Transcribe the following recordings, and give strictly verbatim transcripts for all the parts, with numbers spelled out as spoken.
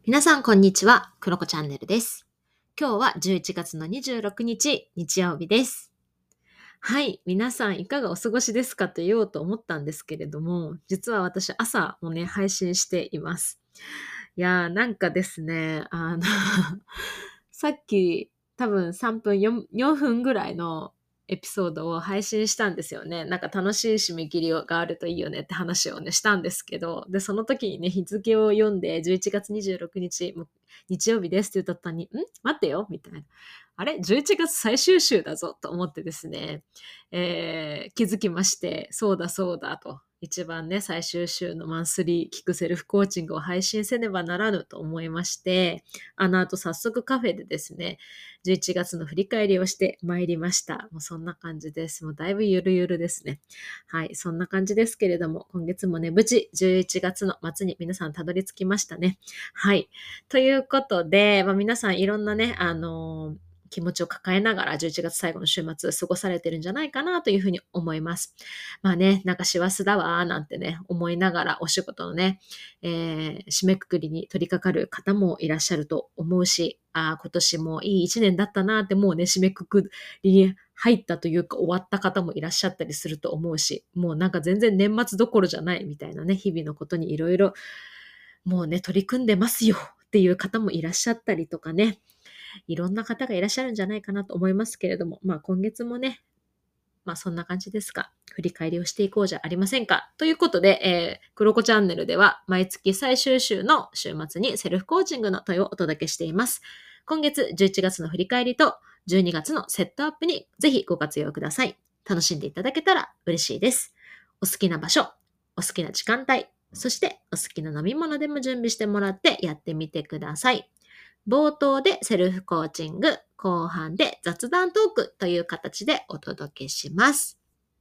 皆さんこんにちは、クロコチャンネルです。今日はじゅういちがつのにじゅうろくにち、日曜日です。はい、皆さんいかがお過ごしですかと言おうと思ったんですけれども、実は私朝もね、配信しています。いやー、なんかですね、あの、さっき多分さんぷん、よん、よんぷんぐらいのエピソードを配信したんですよね。なんか楽しい締め切りがあるといいよねって話をね、したんですけど、で、その時にね、日付を読んで、じゅういちがつにじゅうろくにち、もう日曜日ですって言った途端に、ん待ってよみたいな。あれ ?じゅういちがつ最終週だぞと思ってですね、えー気づきまして、そうだそうだと。一番ね、最終週のマンスリー聞くセルフコーチングを配信せねばならぬと思いまして、あの後早速カフェでですね、じゅういちがつの振り返りをしてまいりました。もうそんな感じです。もうだいぶゆるゆるですね。はい、そんな感じですけれども、今月もね、無事じゅういちがつの末に皆さんたどり着きましたね。はい。ということで、まあ、皆さんいろんなね、あのー気持ちを抱えながらじゅういちがつ最後の週末過ごされてるんじゃないかなというふうに思います。まあね、なんか師走だわーなんてね、思いながらお仕事のね、えー締めくくりに取り掛かる方もいらっしゃると思うし、あー今年もいい一年だったなーってもうね、締めくくりに入ったというか終わった方もいらっしゃったりすると思うし、もうなんか全然年末どころじゃないみたいなね、日々のことにいろいろもうね、取り組んでますよっていう方もいらっしゃったりとかね、いろんな方がいらっしゃるんじゃないかなと思いますけれども、まあ今月もね、まあそんな感じですが、振り返りをしていこうじゃありませんか。ということで、えー、クロコチャンネルでは毎月最終週の週末にセルフコーチングの問いをお届けしています。今月じゅういちがつの振り返りとじゅうにがつのセットアップにぜひご活用ください。楽しんでいただけたら嬉しいです。お好きな場所、お好きな時間帯、そしてお好きな飲み物でも準備してもらってやってみてください。冒頭でセルフコーチング、後半で雑談トークという形でお届けします。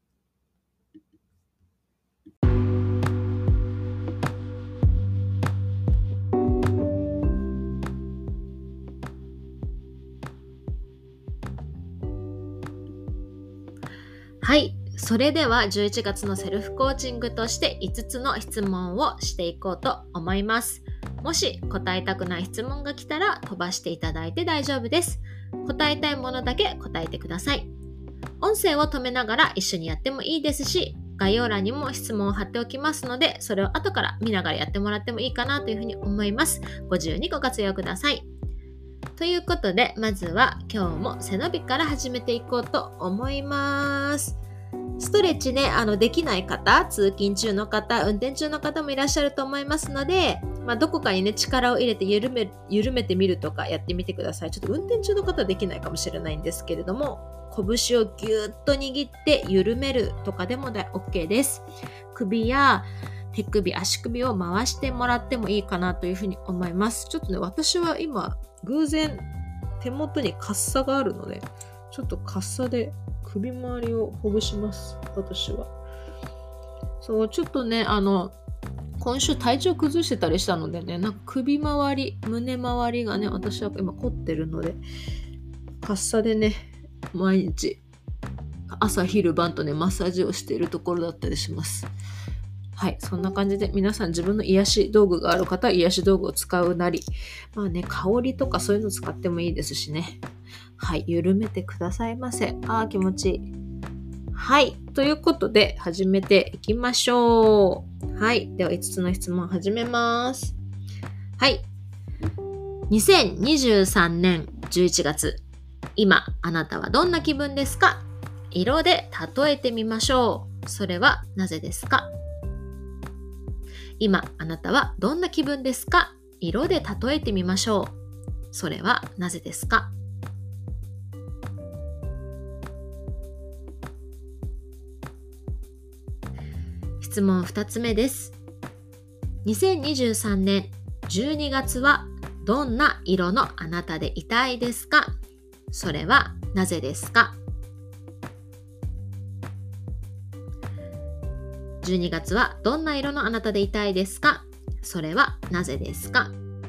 はい。それではじゅういちがつのセルフコーチングとしていつつの質問をしていこうと思います。もし答えたくない質問が来たら飛ばしていただいて大丈夫です。答えたいものだけ答えてください。音声を止めながら一緒にやってもいいですし、概要欄にも質問を貼っておきますので、それを後から見ながらやってもらってもいいかなというふうに思います。ご自由にご活用ください。ということで、まずは今日も背伸びから始めていこうと思います。ストレッチね、あのできない方、通勤中の方、運転中の方もいらっしゃると思いますので、まあ、どこかにね、力を入れて緩め、緩めてみるとかやってみてください。ちょっと運転中の方はできないかもしれないんですけれども、拳をぎゅーっと握って緩めるとかでも OK です。首や手首、足首を回してもらってもいいかなというふうに思います。ちょっとね、私は今、偶然手元にカッサがあるので、ちょっとカッサで首周りをほぐします。私は。そう、ちょっとね、あの、今週体調崩してたりしたのでね、なんか首周り、胸周りがね、私は今凝ってるので、カッサでね、毎日、朝昼晩とね、マッサージをしているところだったりします。はい、そんな感じで皆さん自分の癒し道具がある方は癒し道具を使うなり、まあね、香りとかそういうの使ってもいいですしね。はい、緩めてくださいませ。あー気持ちいい。はい、ということで始めていきましょう。はい、ではいつつの質問始めます。はい、にせんにじゅうさんねんじゅういちがつ、今あなたはどんな気分ですか？色で例えてみましょう。それはなぜですか？今あなたはどんな気分ですか？色で例えてみましょう。それはなぜですか？質問ふたつめです。にせんにじゅうさんねんじゅうにがつはどんな色のあなたでいたいですか？それはなぜですか？じゅうにがつはどんな色のあなたでいたいですか？それはなぜですか？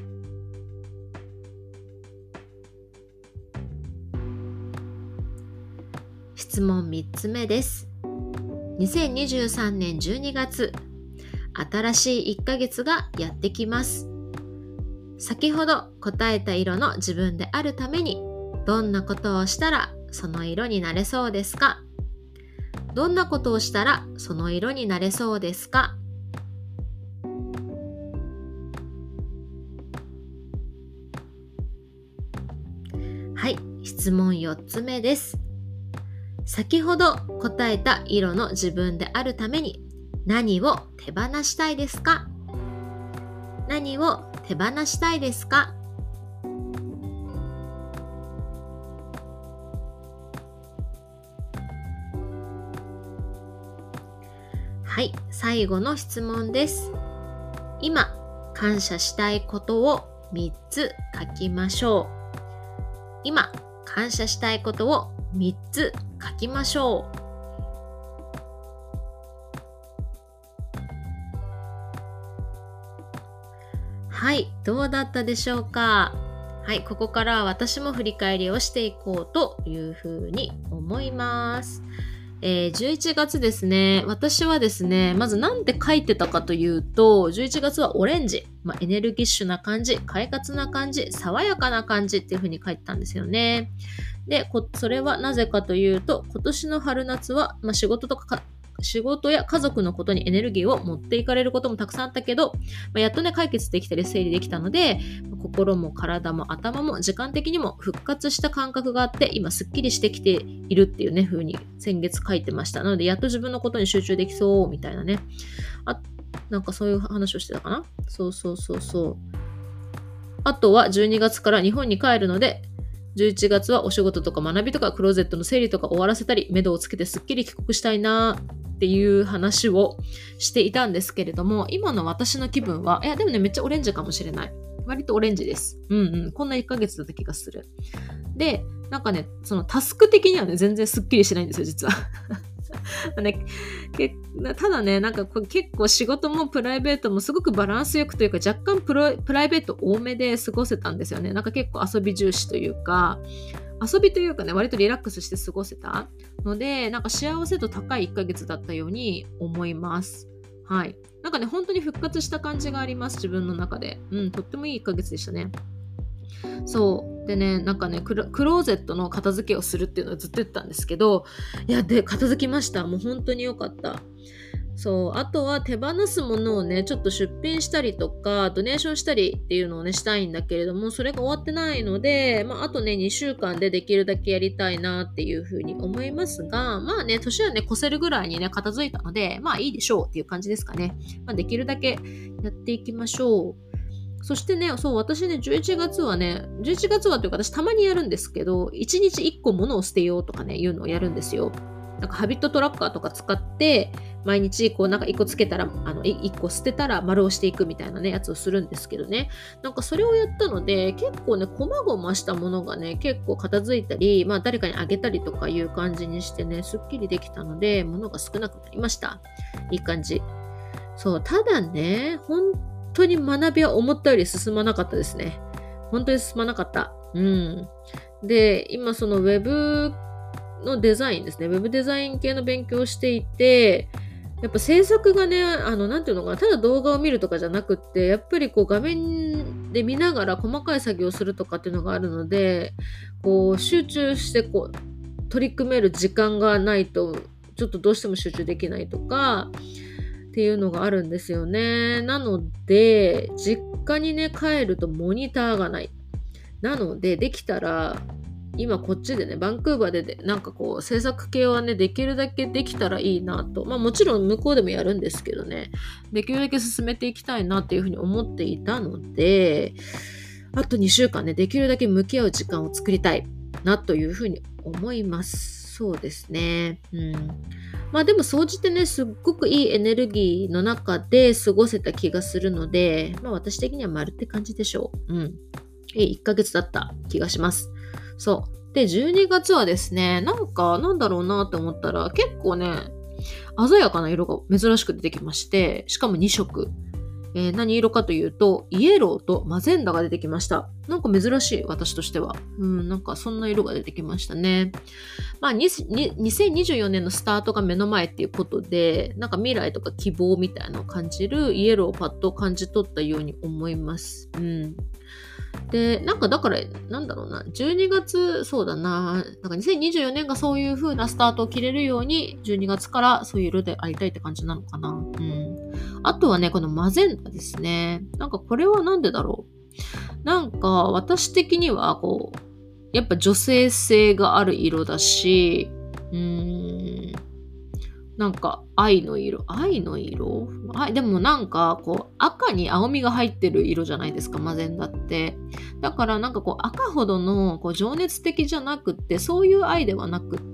質問みっつめです。にせんにじゅうさんねんじゅうにがつ、新しいいっかげつがやってきます。 先ほど答えた色の自分であるために、どんなことをしたらその色になれそうですか？どんなことをしたらその色になれそうですか？はい、質問よっつめです。先ほど答えた色の自分であるために何を手放したいですか？何を手放したいですか？はい、最後の質問です。今、感謝したいことをみっつ書きましょう。今、感謝したいことをみっつ書きましょう。はい、どうだったでしょうか？はい、ここからは私も振り返りをしていこうというふうに思います。えー、じゅういちがつですね。私はですね、まずなんで書いてたかというと、じゅういちがつはオレンジ、まあ、エネルギッシュな感じ、快活な感じ、爽やかな感じっていう風に書いてたんですよね。で、こそれはなぜかというと、今年の春夏は、まあ、仕事とかか仕事や家族のことにエネルギーを持っていかれることもたくさんあったけど、まあ、やっとね解決できたり整理できたので、心も体も頭も時間的にも復活した感覚があって、今すっきりしてきているっていうね風に先月書いてました。なのでやっと自分のことに集中できそうみたいなね、あなんかそういう話をしてたかな。そうそうそうそう。あとはじゅうにがつから日本に帰るので、じゅういちがつはお仕事とか学びとかクローゼットの整理とか終わらせたり、目処をつけてすっきり帰国したいなっていう話をしていたんですけれども、今の私の気分は、いやでもねめっちゃオレンジかもしれない。割とオレンジです。うんうん。こんないっかげつだった気がする。で、なんかね、そのタスク的にはね、全然すっきりしないんですよ、実は。ね、けただね、なんかこれ結構仕事もプライベートもすごくバランスよくというか、若干プロプライベート多めで過ごせたんですよね。なんか結構遊び重視というか、遊びというかね、割とリラックスして過ごせたので、なんか幸せ度高いいっかげつだったように思います。はい。なんかね、本当に復活した感じがあります、自分の中で。うん、とってもいいいっかげつでしたね。そう。でね、なんかねクロ、クローゼットの片付けをするっていうのをずっと言ってたんですけど、いや、で、片付きました。もう本当に良かった。そう。あとは手放すものをね、ちょっと出品したりとか、ドネーションしたりっていうのをね、したいんだけれども、それが終わってないので、まあ、あとね、にしゅうかんでできるだけやりたいなっていうふうに思いますが、まあね、年はね、越せるぐらいにね、片付いたので、まあいいでしょうっていう感じですかね。まあ、できるだけやっていきましょう。そしてね、そう、私ね、じゅういちがつはね、じゅういちがつはというか私たまにやるんですけど、いちにちいっこ物を捨てようとかね、いうのをやるんですよ。なんかハビットトラッカーとか使って、毎日こうなんかいっこつけたら、あの、いっこ捨てたら丸をしていくみたいなね、やつをするんですけどね。なんかそれをやったので、結構ね、細々したものがね、結構片付いたり、まあ誰かにあげたりとかいう感じにしてね、すっきりできたので、物が少なくなりました。いい感じ。そう、ただね、本当に学びは思ったより進まなかったですね。本当に進まなかった。うん。で、今そのウェブのデザインですね。ウェブデザイン系の勉強をしていて、やっぱ制作がね、あの、なんていうのかな、ただ動画を見るとかじゃなくって、やっぱりこう画面で見ながら細かい作業をするとかっていうのがあるので、こう集中してこう取り組める時間がないと、ちょっとどうしても集中できないとか、っていうのがあるんですよね。なので、実家にね、帰るとモニターがない。なので、できたら、今こっちでね、バンクーバーででなんかこう、制作系はね、できるだけできたらいいなと。まあもちろん向こうでもやるんですけどね、できるだけ進めていきたいなっていうふうに思っていたので、あとにしゅうかんね、できるだけ向き合う時間を作りたいなというふうに思います。そうですね。うん。まあでも総じてね、すっごくいいエネルギーの中で過ごせた気がするので、まあ私的には丸って感じでしょう。うん。いいいっかげつだった気がします。そう。で、じゅうにがつはですね、なんか、なんだろうなって思ったら、結構ね、鮮やかな色が珍しく出てきまして、しかもにしょく。 えー何色かというと、イエローとマゼンダが出てきました。なんか珍しい、私としては。うん、なんかそんな色が出てきましたね。まあ、ににせんにじゅうよねんのスタートが目の前っていうことで、なんか未来とか希望みたいなのを感じるイエローをパッと感じ取ったように思います。うん。で、なんかだから、なんだろうな、じゅうにがつ、そうだな、なんかにせんにじゅうよねんがそういう風なスタートを切れるように、じゅうにがつからそういう色でありたいって感じなのかな。うん。あとはね、このマゼンダですね。なんかこれはなんでだろう。なんか私的には、こう、やっぱ女性性がある色だし、うーん、なんか愛の色愛の色あでもなんかこう赤に青みが入ってる色じゃないですか、マゼンダって。だからなんかこう赤ほどのこう情熱的じゃなくって、そういう愛ではなくって、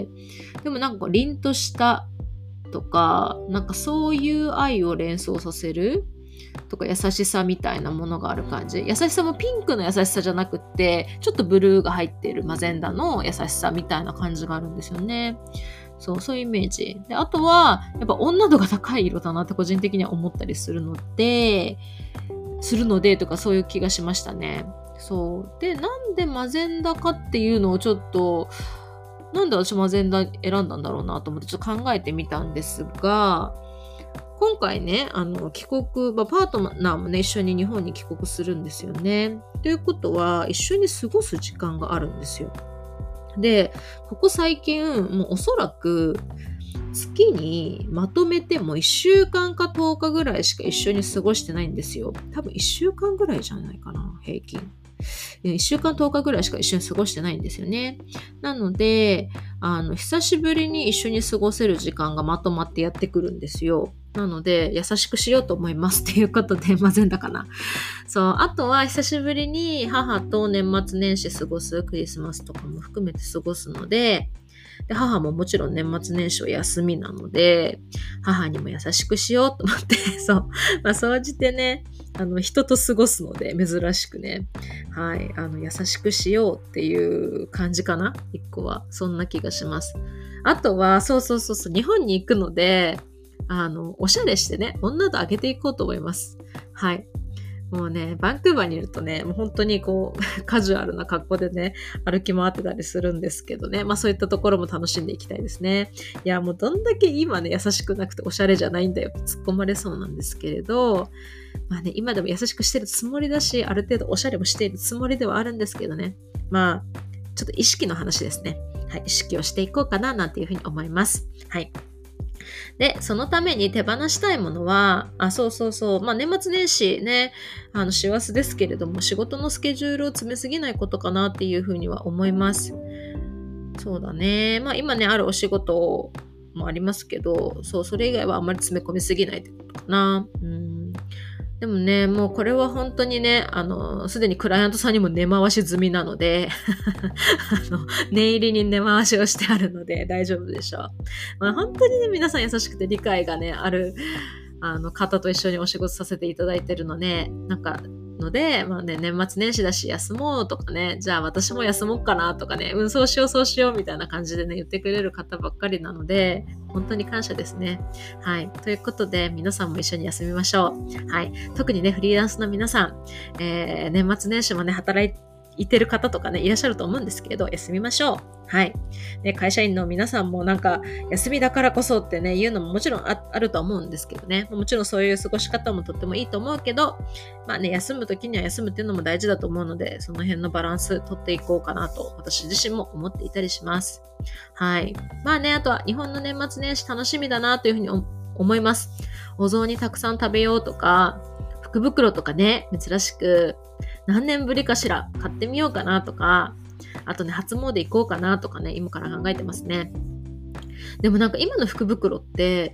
でもなんかこう凛としたとか、なんかそういう愛を連想させるとか、優しさみたいなものがある感じ。優しさもピンクの優しさじゃなくって、ちょっとブルーが入っているマゼンダの優しさみたいな感じがあるんですよね。そう、そういうイメージ。で、あとは、やっぱ女度が高い色だなって個人的には思ったりするので、するのでとかそういう気がしましたね。そう。で、なんでマゼンダかっていうのをちょっと、なんで私マゼンダ選んだんだろうなと思ってちょっと考えてみたんですが、今回ね、あの、帰国、まあ、パートナーもね、一緒に日本に帰国するんですよね。ということは、一緒に過ごす時間があるんですよ。で、ここ最近、もうおそらく、月にまとめてもいっしゅうかんかとおかぐらいしか一緒に過ごしてないんですよ。多分いっしゅうかんぐらいじゃないかな、平均。いっしゅうかんとおかぐらいしか一緒に過ごしてないんですよね。なので、あの、久しぶりに一緒に過ごせる時間がまとまってやってくるんですよ。なので、優しくしようと思いますっていうことで、まあ、全だかな。そう。あとは、久しぶりに母と年末年始過ごす、クリスマスとかも含めて過ごすので、で、母ももちろん年末年始は休みなので、母にも優しくしようと思って、そう。まあ、総じてね、あの、人と過ごすので、珍しくね、はい、あの、優しくしようっていう感じかな、一個は。そんな気がします。あとは、そうそうそうそう、日本に行くので、あの、おしゃれしてね、女と上げていこうと思います。はい。もうね、バンクーバーにいるとね、もう本当にこう、カジュアルな格好でね、歩き回ってたりするんですけどね、まあそういったところも楽しんでいきたいですね。いや、もうどんだけ今ね、優しくなくておしゃれじゃないんだよって突っ込まれそうなんですけれど、まあね、今でも優しくしてるつもりだし、ある程度おしゃれもしているつもりではあるんですけどね、まあ、ちょっと意識の話ですね。はい、意識をしていこうかな、なんていうふうに思います。はい。で、そのために手放したいものは、あ、そうそうそう、まあ年末年始ね、あの、師走ですけれども、仕事のスケジュールを詰めすぎないことかなっていうふうには思います。そうだね。まあ今ね、あるお仕事もありますけど、そう、それ以外はあんまり詰め込みすぎないってことかな。うん。でもね、もうこれは本当にね、あの、すでにクライアントさんにも根回し済みなので、あの、念入りに根回しをしてあるので大丈夫でしょう。まあ、本当にね、皆さん優しくて理解がね、ある、あの、方と一緒にお仕事させていただいてるので、なんか、ので、まあね、年末年始だし休もうとかね、じゃあ私も休もうかなとかね、うん、そうしようそうしようみたいな感じでね、言ってくれる方ばっかりなので、本当に感謝ですね。はい。ということで、皆さんも一緒に休みましょう。はい。特にね、フリーランスの皆さん、えー、年末年始もね、働いてる方とかね、いらっしゃると思うんですけれど、休みましょう。はい。ね、会社員の皆さんもなんか、休みだからこそってね、言うのももちろん あ, あると思うんですけどね。もちろんそういう過ごし方もとってもいいと思うけど、まあね、休むときには休むっていうのも大事だと思うので、その辺のバランス取っていこうかなと、私自身も思っていたりします。はい。まあね、あとは日本の年末年始楽しみだなというふうに思います。お雑煮たくさん食べようとか、福袋とかね、珍しく、何年ぶりかしら買ってみようかなとか、あとね、初詣行こうかなとかね、今から考えてますね。でもなんか今の福袋って、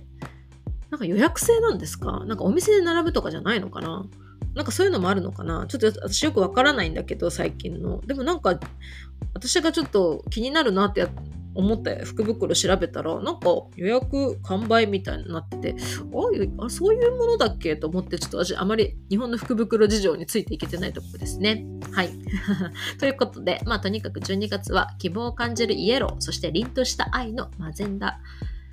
なんか予約制なんですか？なんかお店で並ぶとかじゃないのかな？なんかそういうのもあるのかな？ちょっと私よくわからないんだけど、最近の。でもなんか、私がちょっと気になるなって思って福袋調べたら、なんか予約完売みたいになってて、ああ、そういうものだっけと思って、ちょっと私あまり日本の福袋事情についていけてないところですね。はい。ということで、まあとにかくじゅうにがつは希望を感じるイエロー、そして凛とした愛のマゼンダ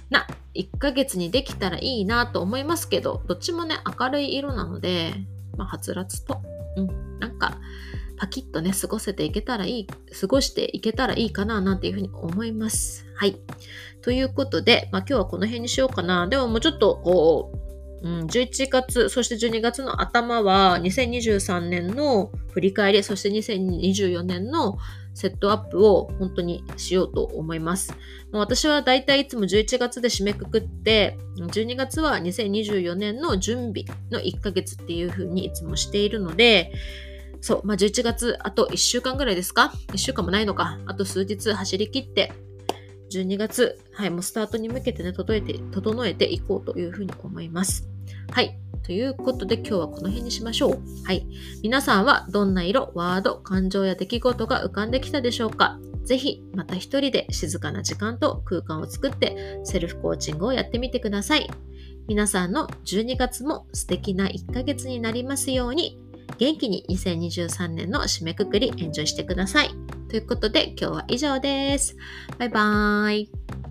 ないっかげつにできたらいいなと思いますけど、どっちもね、明るい色なので、まあ、はつらつと、うん、なんか、パキッとね、過ごせていけたらいい、過ごしていけたらいいかな、なんていうふうに思います。はい。ということで、まあ、今日はこの辺にしようかな。でももうちょっと、こう、うん、じゅういちがつ、そしてじゅうにがつの頭は、にせんにじゅうさんねんの振り返り、そしてにせんにじゅうよねんのセットアップを本当にしようと思います。私はだいたいいつもじゅういちがつで締めくくって、じゅうにがつはにせんにじゅうよねんの準備のいっかげつっていう風にいつもしているので、そう、まあ、じゅういちがつあといっしゅうかんぐらいですか ?いっ 週間もないのか。あと数日走り切って、じゅうにがつ、はい、もうスタートに向けてね、整えて、整えていこうというふうに思います。はい。ということで今日はこの辺にしましょう。はい。皆さんはどんな色、ワード、感情や出来事が浮かんできたでしょうか？ぜひまた一人で静かな時間と空間を作ってセルフコーチングをやってみてください。皆さんのじゅうにがつも素敵ないっかげつになりますように、元気ににせんにじゅうさんねんの締めくくりエンジョイしてください。ということで今日は以上です。バイバーイ。